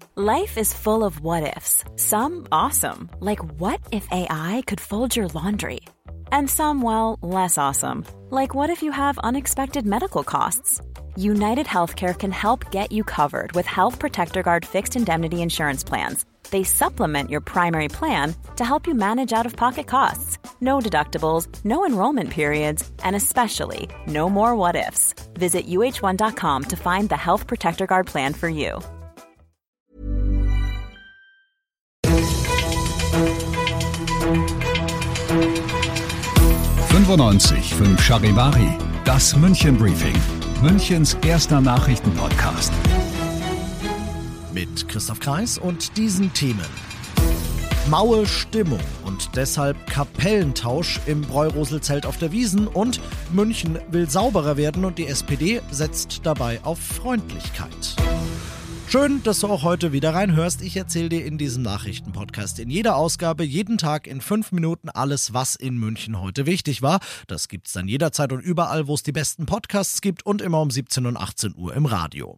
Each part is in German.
Life is full of what-ifs. Some awesome, like what if AI could fold your laundry? And some, well, less awesome, like what if you have unexpected medical costs? United Healthcare can help get you covered with Health Protector Guard fixed indemnity insurance plans. They supplement your primary plan to help you manage out-of-pocket costs. No deductibles, no enrollment periods, and especially no more what-ifs. Visit uh1.com to find the Health Protector Guard plan for you. Charivari, das München Briefing, Münchens erster Nachrichtenpodcast. Mit Christoph Kreis und diesen Themen. Maue Stimmung und deshalb Kapellentausch im Bräurosel-Zelt auf der Wiesn und München will sauberer werden und die SPD setzt dabei auf Freundlichkeit. Schön, dass du auch heute wieder reinhörst. Ich erzähle dir in diesem Nachrichtenpodcast in jeder Ausgabe, jeden Tag in 5 Minuten alles, was in München heute wichtig war. Das gibt's dann jederzeit und überall, wo es die besten Podcasts gibt und immer um 17 und 18 Uhr im Radio.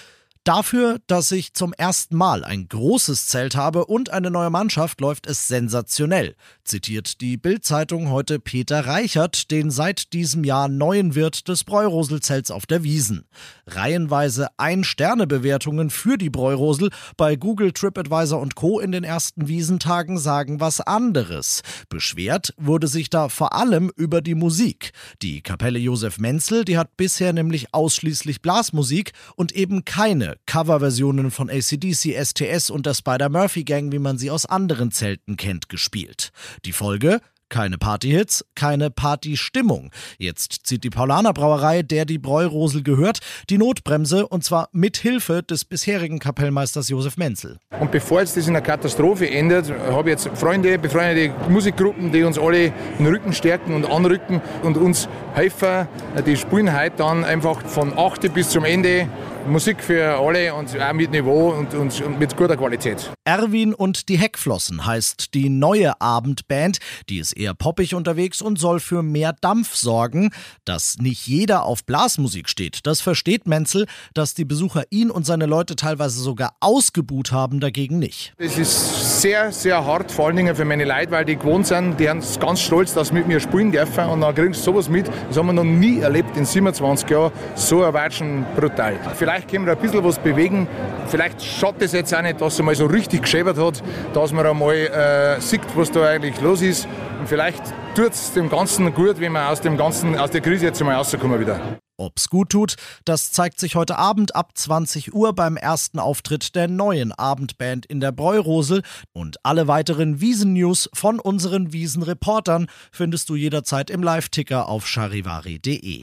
Dafür, dass ich zum ersten Mal ein großes Zelt habe und eine neue Mannschaft, läuft es sensationell, zitiert die Bild-Zeitung heute Peter Reichert, den seit diesem Jahr neuen Wirt des Bräurosel-Zelts auf der Wiesn. Reihenweise 1-Sterne-Bewertungen für die Bräurosel bei Google, TripAdvisor und Co. in den ersten Wiesentagen sagen was anderes. Beschwert wurde sich da vor allem über die Musik. Die Kapelle Josef Menzel, die hat bisher nämlich ausschließlich Blasmusik und eben keine Coverversionen von AC/DC, STS und der Spider-Murphy-Gang, wie man sie aus anderen Zelten kennt, gespielt. Die Folge? Keine Partyhits, keine Partystimmung. Jetzt zieht die Paulaner Brauerei, der die Bräurosel gehört, die Notbremse und zwar mit Hilfe des bisherigen Kapellmeisters Josef Menzel. Und bevor jetzt das in einer Katastrophe endet, habe ich jetzt Freunde, befreundete Musikgruppen, die uns alle den Rücken stärken und anrücken und uns helfen. Die spielen heute dann einfach von 8 bis zum Ende Musik für alle und auch mit Niveau und mit guter Qualität. Erwin und die Heckflossen heißt die neue Abendband. Die ist eher poppig unterwegs und soll für mehr Dampf sorgen. Dass nicht jeder auf Blasmusik steht, das versteht Menzel. Dass die Besucher ihn und seine Leute teilweise sogar ausgebuht haben, dagegen nicht. Es ist sehr, sehr hart, vor allen Dingen für meine Leute, weil die gewohnt sind, die sind ganz stolz, dass sie mit mir spielen dürfen und dann kriegen sie sowas mit. Das haben wir noch nie erlebt in 27 Jahren. So ein Watschen brutal. Vielleicht können wir ein bisschen was bewegen. Vielleicht schaut es jetzt auch nicht, dass er mal so richtig geschäbert hat, dass man einmal sieht, was da eigentlich los ist. Und vielleicht tut es dem Ganzen gut, wenn wir aus der Krise jetzt mal rauskommen wieder. Ob's gut tut, das zeigt sich heute Abend ab 20 Uhr beim ersten Auftritt der neuen Abendband in der Bräurosel. Und alle weiteren Wiesn-News von unseren Wiesn-Reportern findest du jederzeit im Live-Ticker auf charivari.de.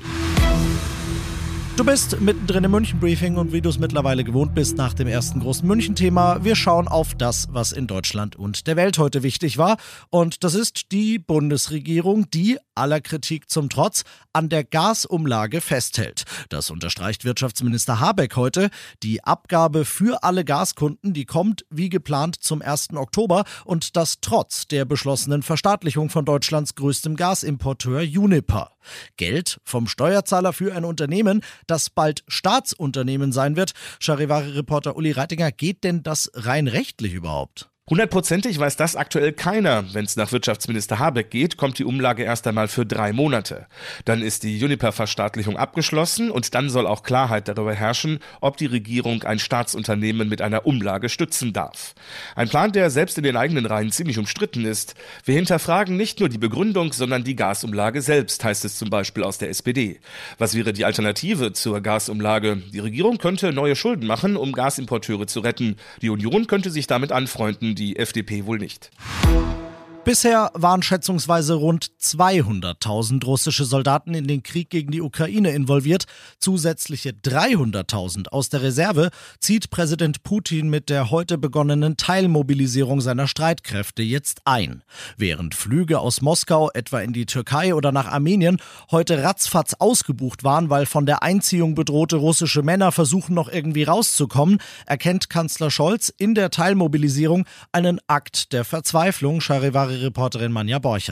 Du bist mittendrin im München-Briefing und wie du es mittlerweile gewohnt bist nach dem ersten großen München-Thema, wir schauen auf das, was in Deutschland und der Welt heute wichtig war. Und das ist die Bundesregierung, die, aller Kritik zum Trotz, an der Gasumlage festhält. Das unterstreicht Wirtschaftsminister Habeck heute. Die Abgabe für alle Gaskunden, die kommt wie geplant zum 1. Oktober und das trotz der beschlossenen Verstaatlichung von Deutschlands größtem Gasimporteur Uniper. Geld vom Steuerzahler für ein Unternehmen, das bald Staatsunternehmen sein wird. Charivari-Reporter Uli Reitinger, geht denn das rein rechtlich überhaupt? 100%ig weiß das aktuell keiner. Wenn es nach Wirtschaftsminister Habeck geht, kommt die Umlage erst einmal für 3 Monate. Dann ist die Uniper-Verstaatlichung abgeschlossen und dann soll auch Klarheit darüber herrschen, ob die Regierung ein Staatsunternehmen mit einer Umlage stützen darf. Ein Plan, der selbst in den eigenen Reihen ziemlich umstritten ist. Wir hinterfragen nicht nur die Begründung, sondern die Gasumlage selbst, heißt es zum Beispiel aus der SPD. Was wäre die Alternative zur Gasumlage? Die Regierung könnte neue Schulden machen, um Gasimporteure zu retten. Die Union könnte sich damit anfreunden, die FDP wohl nicht. Bisher waren schätzungsweise rund 200.000 russische Soldaten in den Krieg gegen die Ukraine involviert. Zusätzliche 300.000 aus der Reserve zieht Präsident Putin mit der heute begonnenen Teilmobilisierung seiner Streitkräfte jetzt ein. Während Flüge aus Moskau etwa in die Türkei oder nach Armenien heute ratzfatz ausgebucht waren, weil von der Einziehung bedrohte russische Männer versuchen noch irgendwie rauszukommen, erkennt Kanzler Scholz in der Teilmobilisierung einen Akt der Verzweiflung. Charivari-Reporterin Manja Borchert.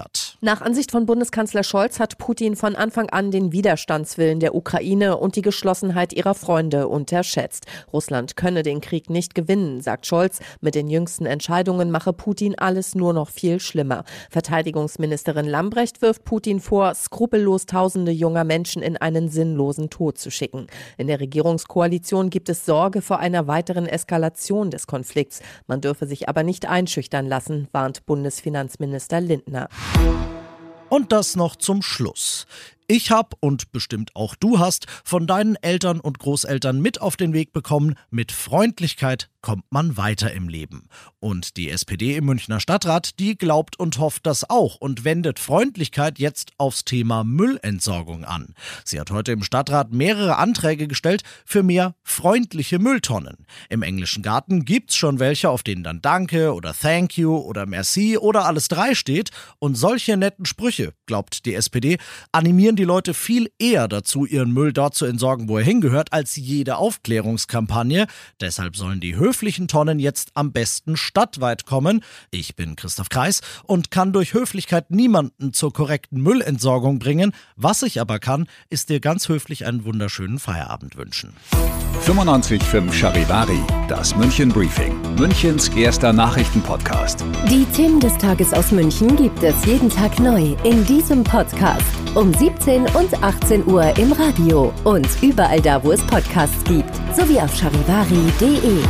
Nach Ansicht von Bundeskanzler Scholz hat Putin von Anfang an den Widerstandswillen der Ukraine und die Geschlossenheit ihrer Freunde unterschätzt. Russland könne den Krieg nicht gewinnen, sagt Scholz. Mit den jüngsten Entscheidungen mache Putin alles nur noch viel schlimmer. Verteidigungsministerin Lambrecht wirft Putin vor, skrupellos Tausende junger Menschen in einen sinnlosen Tod zu schicken. In der Regierungskoalition gibt es Sorge vor einer weiteren Eskalation des Konflikts. Man dürfe sich aber nicht einschüchtern lassen, warnt Bundesfinanzminister Lindner. Und das noch zum Schluss. Ich habe, und bestimmt auch du hast, von deinen Eltern und Großeltern mit auf den Weg bekommen, mit Freundlichkeit kommt man weiter im Leben. Und die SPD im Münchner Stadtrat, die glaubt und hofft das auch und wendet Freundlichkeit jetzt aufs Thema Müllentsorgung an. Sie hat heute im Stadtrat mehrere Anträge gestellt für mehr freundliche Mülltonnen. Im englischen Garten gibt's schon welche, auf denen dann Danke oder Thank you oder Merci oder alles drei steht. Und solche netten Sprüche, glaubt die SPD, animieren die Leute viel eher dazu, ihren Müll dort zu entsorgen, wo er hingehört, als jede Aufklärungskampagne. Deshalb sollen die höflichen Tonnen jetzt am besten stadtweit kommen. Ich bin Christoph Kreis und kann durch Höflichkeit niemanden zur korrekten Müllentsorgung bringen. Was ich aber kann, ist dir ganz höflich einen wunderschönen Feierabend wünschen. 95.5 Charivari, das München Briefing, Münchens erster Nachrichtenpodcast. Die Themen des Tages aus München gibt es jeden Tag neu in diesem Podcast. Um 17 und 18 Uhr im Radio und überall da, wo es Podcasts gibt, sowie auf charivari.de.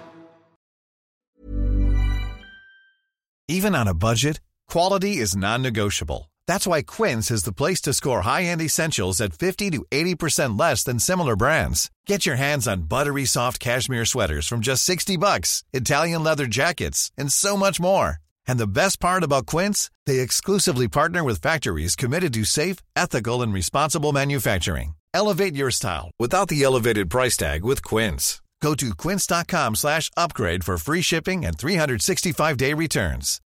Even on a budget, quality is non-negotiable. That's why Quince is the place to score high-end essentials at 50 to 80% less than similar brands. Get your hands on buttery soft cashmere sweaters from just $60, Italian leather jackets, and so much more. And the best part about Quince, they exclusively partner with factories committed to safe, ethical, and responsible manufacturing. Elevate your style without the elevated price tag with Quince. Go to quince.com/upgrade for free shipping and 365-day returns.